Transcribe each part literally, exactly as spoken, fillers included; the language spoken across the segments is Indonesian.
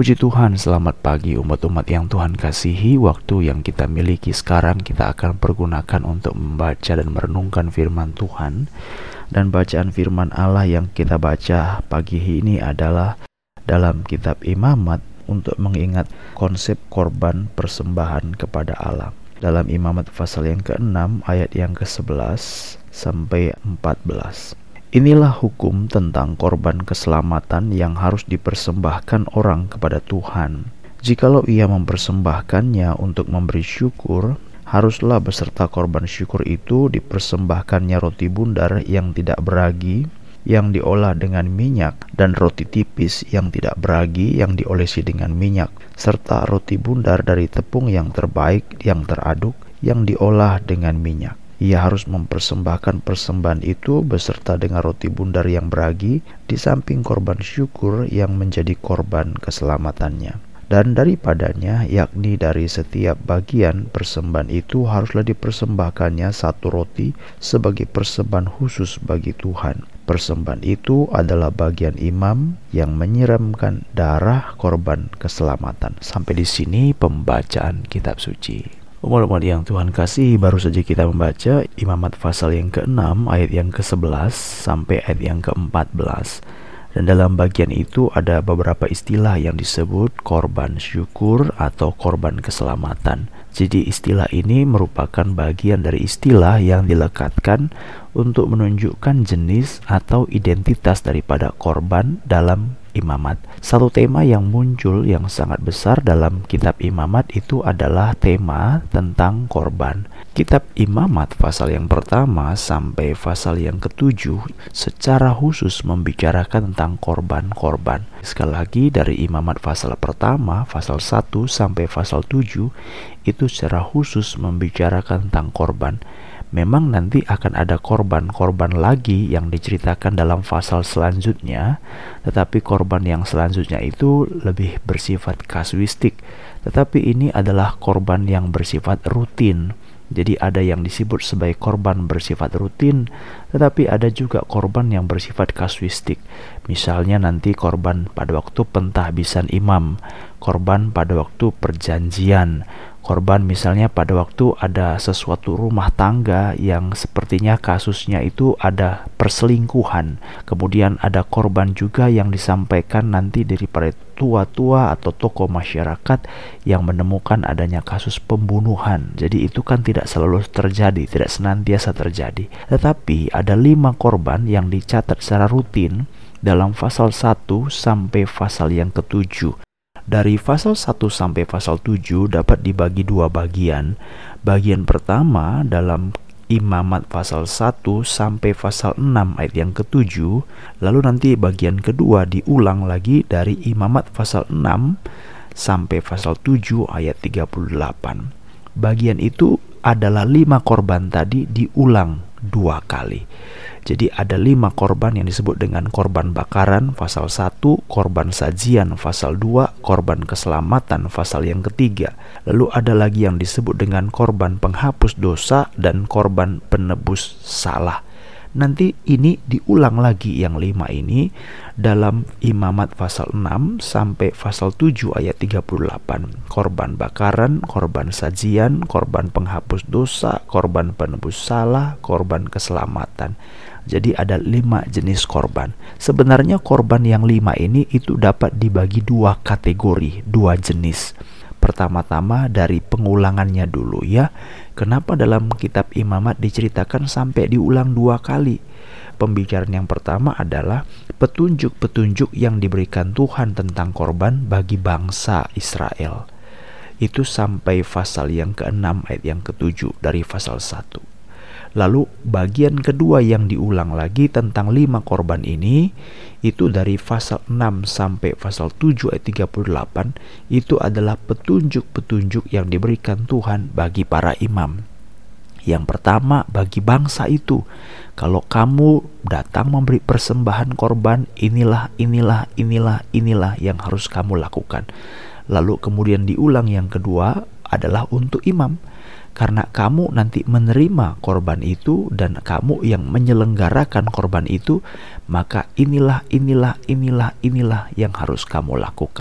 Puji Tuhan, selamat pagi umat-umat yang Tuhan kasihi. Waktu yang kita miliki sekarang kita akan pergunakan untuk membaca dan merenungkan firman Tuhan. Dan bacaan firman Allah yang kita baca pagi ini adalah dalam kitab Imamat untuk mengingat konsep korban persembahan kepada Allah. Dalam Imamat pasal yang keenam ayat yang kesebelas sampai empat belas. Inilah hukum tentang korban keselamatan yang harus dipersembahkan orang kepada Tuhan. Jikalau ia mempersembahkannya untuk memberi syukur, haruslah beserta korban syukur itu dipersembahkannya roti bundar yang tidak beragi, yang diolah dengan minyak, dan roti tipis yang tidak beragi, yang diolesi dengan minyak, serta roti bundar dari tepung yang terbaik, yang teraduk, yang diolah dengan minyak. Ia harus mempersembahkan persembahan itu beserta dengan roti bundar yang beragi di samping korban syukur yang menjadi korban keselamatannya. Dan daripadanya, yakni dari setiap bagian persembahan itu haruslah dipersembahkannya satu roti sebagai persembahan khusus bagi Tuhan. Persembahan itu adalah bagian imam yang menyiramkan darah korban keselamatan. Sampai di sini pembacaan kitab suci. Umat-umat yang Tuhan kasih, baru saja kita membaca Imamat pasal yang keenam ayat yang kesebelas sampai ayat yang keempat belas. Dan dalam bagian itu ada beberapa istilah yang disebut korban syukur atau korban keselamatan. Jadi istilah ini merupakan bagian dari istilah yang dilekatkan untuk menunjukkan jenis atau identitas daripada korban dalam Imamat. Satu tema yang muncul yang sangat besar dalam kitab Imamat itu adalah tema tentang korban. Kitab Imamat pasal yang pertama sampai pasal yang ketujuh secara khusus membicarakan tentang korban-korban. Sekali lagi, dari Imamat pasal pertama, pasal satu sampai pasal tujuh itu secara khusus membicarakan tentang korban. Memang nanti akan ada korban-korban lagi yang diceritakan dalam pasal selanjutnya, tetapi korban yang selanjutnya itu lebih bersifat kasuistik. Tetapi ini adalah korban yang bersifat rutin. Jadi ada yang disebut sebagai korban bersifat rutin, tetapi ada juga korban yang bersifat kasuistik. Misalnya nanti korban pada waktu pentahbisan imam, korban pada waktu perjanjian, korban misalnya pada waktu ada sesuatu rumah tangga yang sepertinya kasusnya itu ada perselingkuhan. Kemudian ada korban juga yang disampaikan nanti daripada tua-tua atau tokoh masyarakat yang menemukan adanya kasus pembunuhan. Jadi itu kan tidak selalu terjadi, tidak senantiasa terjadi. Tetapi ada lima korban yang dicatat secara rutin dalam pasal satu sampai pasal yang ketujuh. Dari pasal satu sampai pasal tujuh dapat dibagi dua bagian. Bagian pertama dalam Imamat pasal satu sampai pasal enam ayat yang ketujuh. Lalu nanti bagian kedua diulang lagi dari Imamat pasal enam sampai pasal tujuh ayat tiga puluh delapan. Bagian itu adalah lima korban tadi diulang dua kali. Jadi ada lima korban yang disebut dengan korban bakaran pasal satu, korban sajian pasal dua, korban keselamatan pasal yang ketiga. Lalu ada lagi yang disebut dengan korban penghapus dosa dan korban penebus salah. Nanti ini diulang lagi yang lima ini dalam Imamat pasal enam sampai pasal tujuh ayat tiga puluh delapan. Korban bakaran, korban sajian, korban penghapus dosa, korban penebus salah, korban keselamatan. Jadi ada lima jenis korban. Sebenarnya korban yang lima ini itu dapat dibagi dua kategori, dua jenis. Pertama-tama dari pengulangannya dulu ya. Kenapa dalam kitab Imamat diceritakan sampai diulang dua kali? Pembicaraan yang pertama adalah petunjuk-petunjuk yang diberikan Tuhan tentang korban bagi bangsa Israel. Itu sampai pasal yang keenam ayat yang ketujuh dari pasal satu. Lalu bagian kedua yang diulang lagi tentang lima korban ini, itu dari pasal enam sampai pasal tujuh ayat tiga puluh delapan, itu adalah petunjuk-petunjuk yang diberikan Tuhan bagi para imam. Yang pertama, bagi bangsa itu, kalau kamu datang memberi persembahan korban, inilah, inilah, inilah, inilah yang harus kamu lakukan. Lalu kemudian diulang yang kedua adalah untuk imam. Karena kamu nanti menerima korban itu dan kamu yang menyelenggarakan korban itu, maka inilah, inilah, inilah, inilah yang harus kamu lakukan.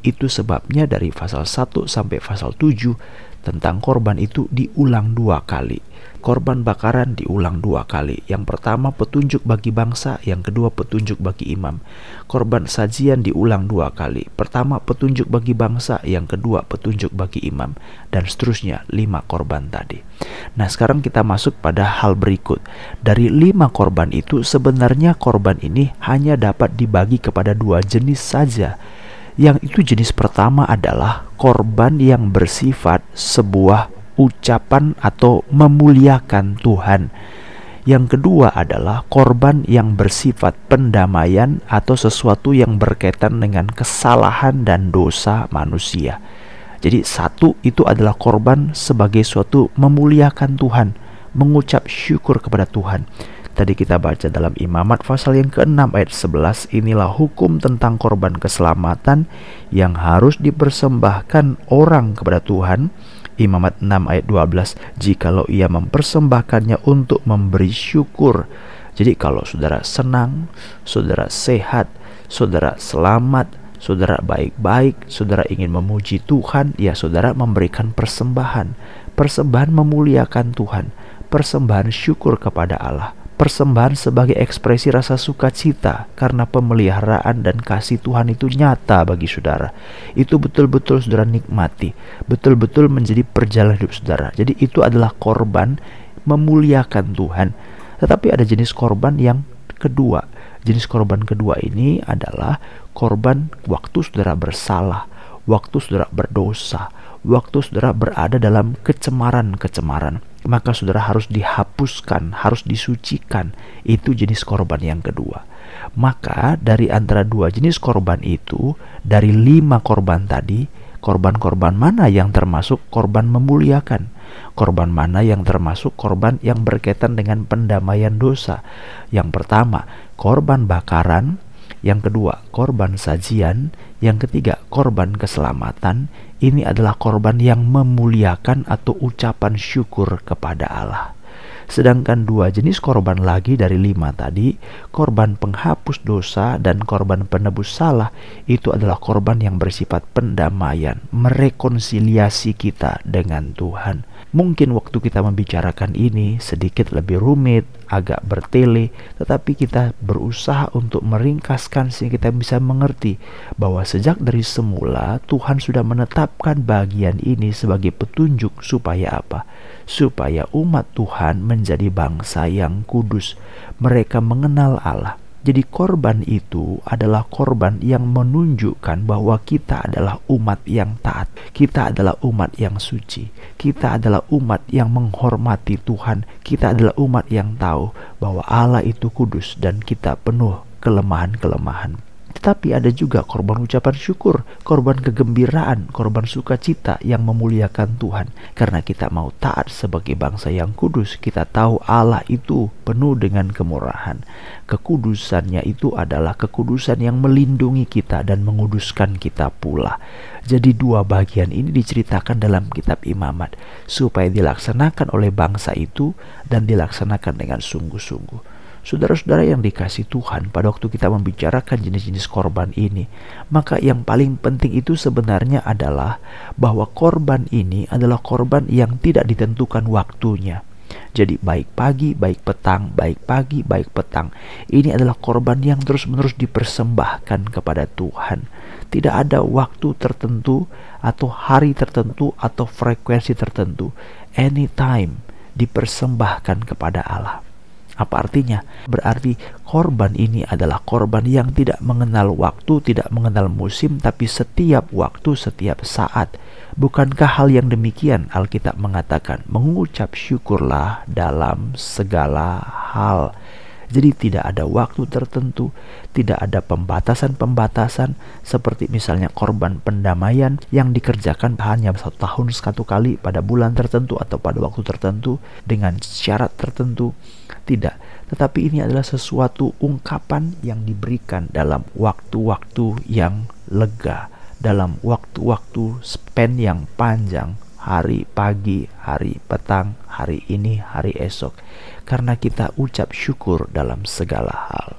Itu sebabnya dari pasal satu sampai pasal tujuh tentang korban itu diulang dua kali. Korban bakaran diulang dua kali. Yang pertama petunjuk bagi bangsa, yang kedua petunjuk bagi imam. Korban sajian diulang dua kali. Pertama petunjuk bagi bangsa, yang kedua petunjuk bagi imam, dan seterusnya lima korban tadi. Nah, sekarang kita masuk pada hal berikut. Dari lima korban itu sebenarnya korban ini hanya dapat dibagi kepada dua jenis saja. Yang itu jenis pertama adalah korban yang bersifat sebuah ucapan atau memuliakan Tuhan. Yang kedua adalah korban yang bersifat pendamaian atau sesuatu yang berkaitan dengan kesalahan dan dosa manusia. Jadi satu itu adalah korban sebagai suatu memuliakan Tuhan, mengucap syukur kepada Tuhan. Tadi kita baca dalam Imamat pasal yang keenam ayat sebelas, inilah hukum tentang korban keselamatan yang harus dipersembahkan orang kepada Tuhan. Imamat enam ayat dua belas, jikalau ia mempersembahkannya untuk memberi syukur. Jadi kalau saudara senang, saudara sehat, saudara selamat, saudara baik-baik, saudara ingin memuji Tuhan, ya saudara memberikan persembahan. Persembahan memuliakan Tuhan, persembahan syukur kepada Allah, persembahan sebagai ekspresi rasa sukacita karena pemeliharaan dan kasih Tuhan itu nyata bagi saudara. Itu betul-betul saudara nikmati, betul-betul menjadi perjalanan hidup saudara. Jadi itu adalah korban memuliakan Tuhan. Tetapi ada jenis korban yang kedua. Jenis korban kedua ini adalah korban waktu saudara bersalah, waktu saudara berdosa, waktu saudara berada dalam kecemaran-kecemaran. Maka saudara harus dihapuskan, harus disucikan. Itu jenis korban yang kedua. Maka dari antara dua jenis korban itu, dari lima korban tadi, korban-korban mana yang termasuk korban memuliakan? Korban mana yang termasuk korban yang berkaitan dengan pendamaian dosa? Yang pertama, korban bakaran. Yang kedua, korban sajian. Yang ketiga, korban keselamatan. Ini adalah korban yang memuliakan atau ucapan syukur kepada Allah. Sedangkan dua jenis korban lagi dari lima tadi, korban penghapus dosa dan korban penebus salah, itu adalah korban yang bersifat pendamaian, merekonsiliasi kita dengan Tuhan. Mungkin waktu kita membicarakan ini sedikit lebih rumit, agak bertele, tetapi kita berusaha untuk meringkaskan sehingga kita bisa mengerti bahwa sejak dari semula Tuhan sudah menetapkan bagian ini sebagai petunjuk supaya apa? Supaya umat Tuhan menjadi bangsa yang kudus. Mereka mengenal Allah. Jadi korban itu adalah korban yang menunjukkan bahwa kita adalah umat yang taat. Kita adalah umat yang suci. Kita adalah umat yang menghormati Tuhan. Kita adalah umat yang tahu bahwa Allah itu kudus dan kita penuh kelemahan-kelemahan. Tetapi ada juga korban ucapan syukur, korban kegembiraan, korban sukacita yang memuliakan Tuhan. Karena kita mau taat sebagai bangsa yang kudus, kita tahu Allah itu penuh dengan kemurahan. Kekudusannya itu adalah kekudusan yang melindungi kita dan menguduskan kita pula. Jadi dua bagian ini diceritakan dalam kitab Imamat supaya dilaksanakan oleh bangsa itu dan dilaksanakan dengan sungguh-sungguh. Saudara-saudara yang dikasihi Tuhan, pada waktu kita membicarakan jenis-jenis korban ini, maka yang paling penting itu sebenarnya adalah bahwa korban ini adalah korban yang tidak ditentukan waktunya. Jadi baik pagi, baik petang, baik pagi, baik petang. Ini adalah korban yang terus-menerus dipersembahkan kepada Tuhan. Tidak ada waktu tertentu atau hari tertentu atau frekuensi tertentu. Anytime dipersembahkan kepada Allah. Apa artinya? Berarti korban ini adalah korban yang tidak mengenal waktu, tidak mengenal musim, tapi setiap waktu, setiap saat. Bukankah hal yang demikian Alkitab mengatakan, mengucap syukurlah dalam segala hal. Jadi tidak ada waktu tertentu, tidak ada pembatasan-pembatasan seperti misalnya korban pendamaian yang dikerjakan hanya satu tahun satu kali pada bulan tertentu atau pada waktu tertentu dengan syarat tertentu. Tidak, tetapi ini adalah sesuatu ungkapan yang diberikan dalam waktu-waktu yang lega, dalam waktu-waktu span yang panjang, hari pagi, hari petang, hari ini, hari esok. Karena kita ucap syukur dalam segala hal.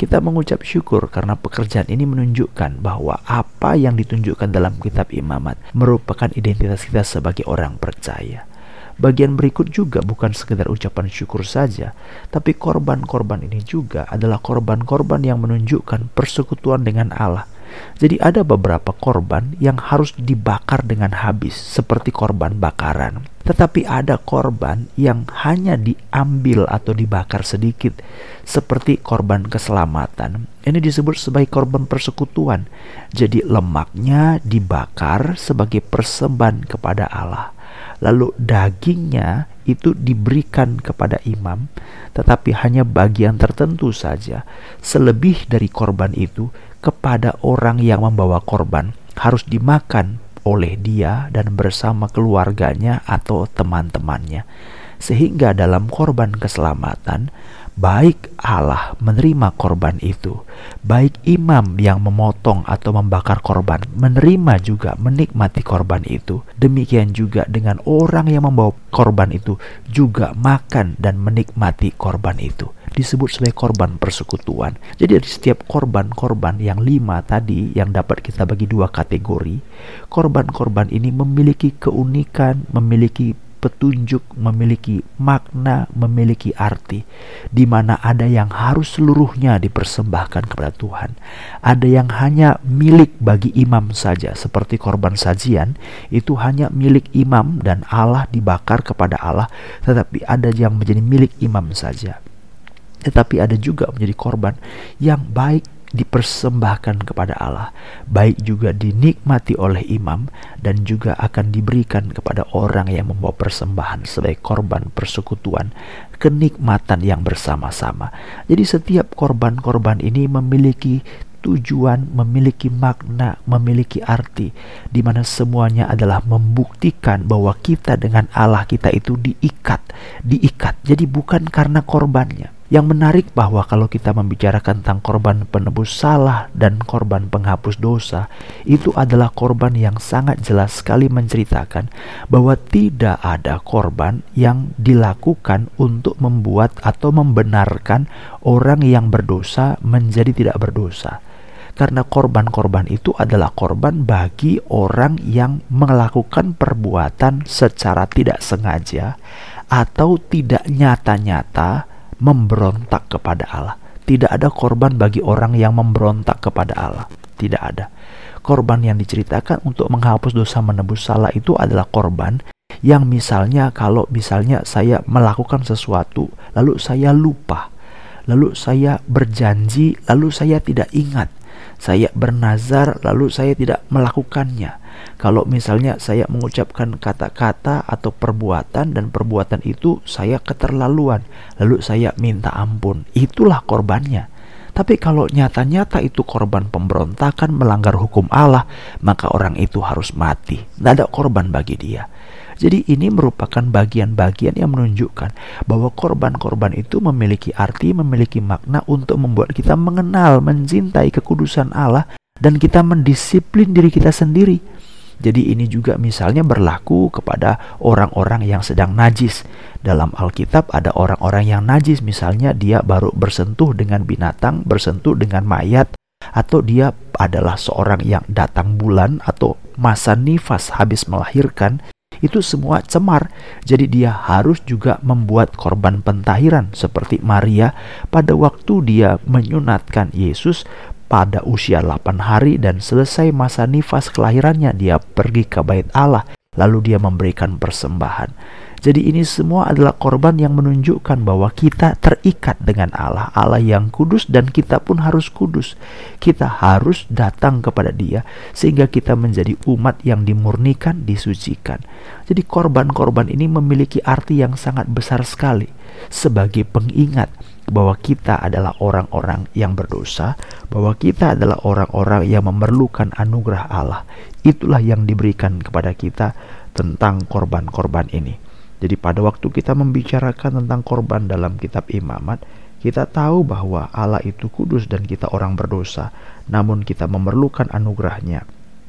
Kita mengucap syukur karena pekerjaan ini menunjukkan bahwa apa yang ditunjukkan dalam kitab Imamat merupakan identitas kita sebagai orang percaya. Bagian berikut juga bukan sekedar ucapan syukur saja, tapi korban-korban ini juga adalah korban-korban yang menunjukkan persekutuan dengan Allah. Jadi ada beberapa korban yang harus dibakar dengan habis, seperti korban bakaran. Tetapi ada korban yang hanya diambil atau dibakar sedikit, seperti korban keselamatan. Ini disebut sebagai korban persekutuan. Jadi lemaknya dibakar sebagai persembahan kepada Allah. Lalu dagingnya itu diberikan kepada imam, tetapi hanya bagian tertentu saja. Selebih dari korban itu kepada orang yang membawa korban harus dimakan oleh dia dan bersama keluarganya atau teman-temannya. Sehingga dalam korban keselamatan, baik Allah menerima korban itu, baik imam yang memotong atau membakar korban menerima juga menikmati korban itu. Demikian juga dengan orang yang membawa korban itu juga makan dan menikmati korban itu. Disebut sebagai korban persekutuan. Jadi dari setiap korban-korban yang lima tadi yang dapat kita bagi dua kategori, korban-korban ini memiliki keunikan, memiliki petunjuk, memiliki makna, memiliki arti, di mana ada yang harus seluruhnya dipersembahkan kepada Tuhan. Ada yang hanya milik bagi imam saja, seperti korban sajian itu hanya milik imam dan Allah, dibakar kepada Allah, tetapi ada yang menjadi milik imam saja. Tetapi ada juga menjadi korban yang baik dipersembahkan kepada Allah, baik juga dinikmati oleh imam, dan juga akan diberikan kepada orang yang membawa persembahan sebagai korban persekutuan, kenikmatan yang bersama-sama. Jadi setiap korban-korban ini memiliki tujuan, memiliki makna, memiliki arti, di mana semuanya adalah membuktikan bahwa kita dengan Allah kita itu diikat, diikat. Jadi bukan karena korbannya. Yang menarik bahwa kalau kita membicarakan tentang korban penebus salah dan korban penghapus dosa, itu adalah korban yang sangat jelas sekali menceritakan bahwa tidak ada korban yang dilakukan untuk membuat atau membenarkan orang yang berdosa menjadi tidak berdosa. Karena korban-korban itu adalah korban bagi orang yang melakukan perbuatan secara tidak sengaja atau tidak nyata-nyata memberontak kepada Allah. Tidak ada korban bagi orang yang memberontak kepada Allah. Tidak ada. Korban yang diceritakan untuk menghapus dosa menebus salah itu adalah korban yang misalnya kalau misalnya saya melakukan sesuatu lalu saya lupa, lalu saya berjanji lalu saya tidak ingat, saya bernazar lalu saya tidak melakukannya. Kalau misalnya saya mengucapkan kata-kata atau perbuatan dan perbuatan itu saya keterlaluan, lalu saya minta ampun, itulah korbannya. Tapi kalau nyata-nyata itu korban pemberontakan melanggar hukum Allah, maka orang itu harus mati. Tidak ada korban bagi dia. Jadi ini merupakan bagian-bagian yang menunjukkan bahwa korban-korban itu memiliki arti, memiliki makna untuk membuat kita mengenal, mencintai kekudusan Allah, dan kita mendisiplin diri kita sendiri. Jadi ini juga misalnya berlaku kepada orang-orang yang sedang najis. Dalam Alkitab ada orang-orang yang najis, misalnya dia baru bersentuh dengan binatang, bersentuh dengan mayat, atau dia adalah seorang yang datang bulan atau masa nifas habis melahirkan. Itu semua cemar. Jadi dia harus juga membuat korban pentahiran seperti Maria pada waktu dia menyunatkan Yesus pada usia delapan hari dan selesai masa nifas kelahirannya, dia pergi ke bait Allah lalu dia memberikan persembahan. Jadi ini semua adalah korban yang menunjukkan bahwa kita terikat dengan Allah, Allah yang kudus, dan kita pun harus kudus. Kita harus datang kepada Dia sehingga kita menjadi umat yang dimurnikan, disucikan. Jadi korban-korban ini memiliki arti yang sangat besar sekali sebagai pengingat bahwa kita adalah orang-orang yang berdosa, bahwa kita adalah orang-orang yang memerlukan anugerah Allah. Itulah yang diberikan kepada kita tentang korban-korban ini. Jadi pada waktu kita membicarakan tentang korban dalam kitab Imamat, kita tahu bahwa Allah itu kudus dan kita orang berdosa, namun kita memerlukan anugerahnya.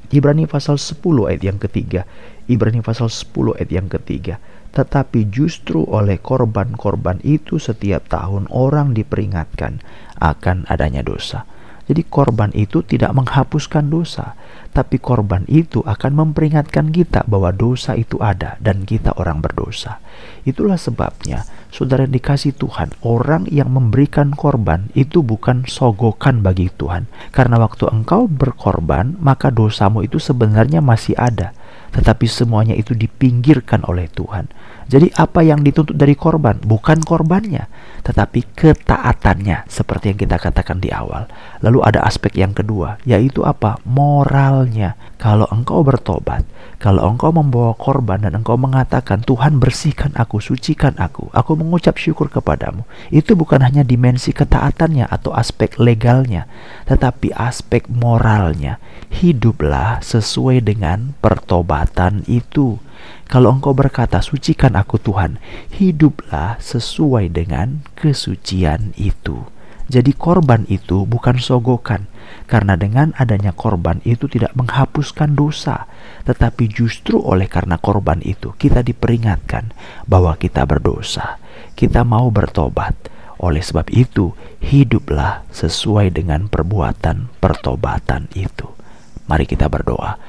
Ibrani pasal sepuluh ayat yang ketiga. Ibrani pasal sepuluh ayat yang ketiga. Tetapi justru oleh korban-korban itu setiap tahun orang diperingatkan akan adanya dosa. Jadi korban itu tidak menghapuskan dosa, tapi korban itu akan memperingatkan kita bahwa dosa itu ada dan kita orang berdosa. Itulah sebabnya, saudara yang dikasih Tuhan, orang yang memberikan korban itu bukan sogokan bagi Tuhan. Karena waktu engkau berkorban, maka dosamu itu sebenarnya masih ada, tetapi semuanya itu dipinggirkan oleh Tuhan. Jadi apa yang dituntut dari korban? Bukan korbannya, tetapi ketaatannya, seperti yang kita katakan di awal. Lalu ada aspek yang kedua, yaitu apa? Moralnya. Kalau engkau bertobat, kalau engkau membawa korban dan engkau mengatakan, Tuhan bersihkan aku, sucikan aku, aku mengucap syukur kepadamu, itu bukan hanya dimensi ketaatannya atau aspek legalnya, tetapi aspek moralnya. Hiduplah sesuai dengan pertobatan itu. Kalau engkau berkata, sucikan aku Tuhan, hiduplah sesuai dengan kesucian itu. Jadi korban itu bukan sogokan, karena dengan adanya korban itu tidak menghapuskan dosa, tetapi justru oleh karena korban itu kita diperingatkan bahwa kita berdosa, kita mau bertobat. Oleh sebab itu, hiduplah sesuai dengan perbuatan pertobatan itu. Mari kita berdoa.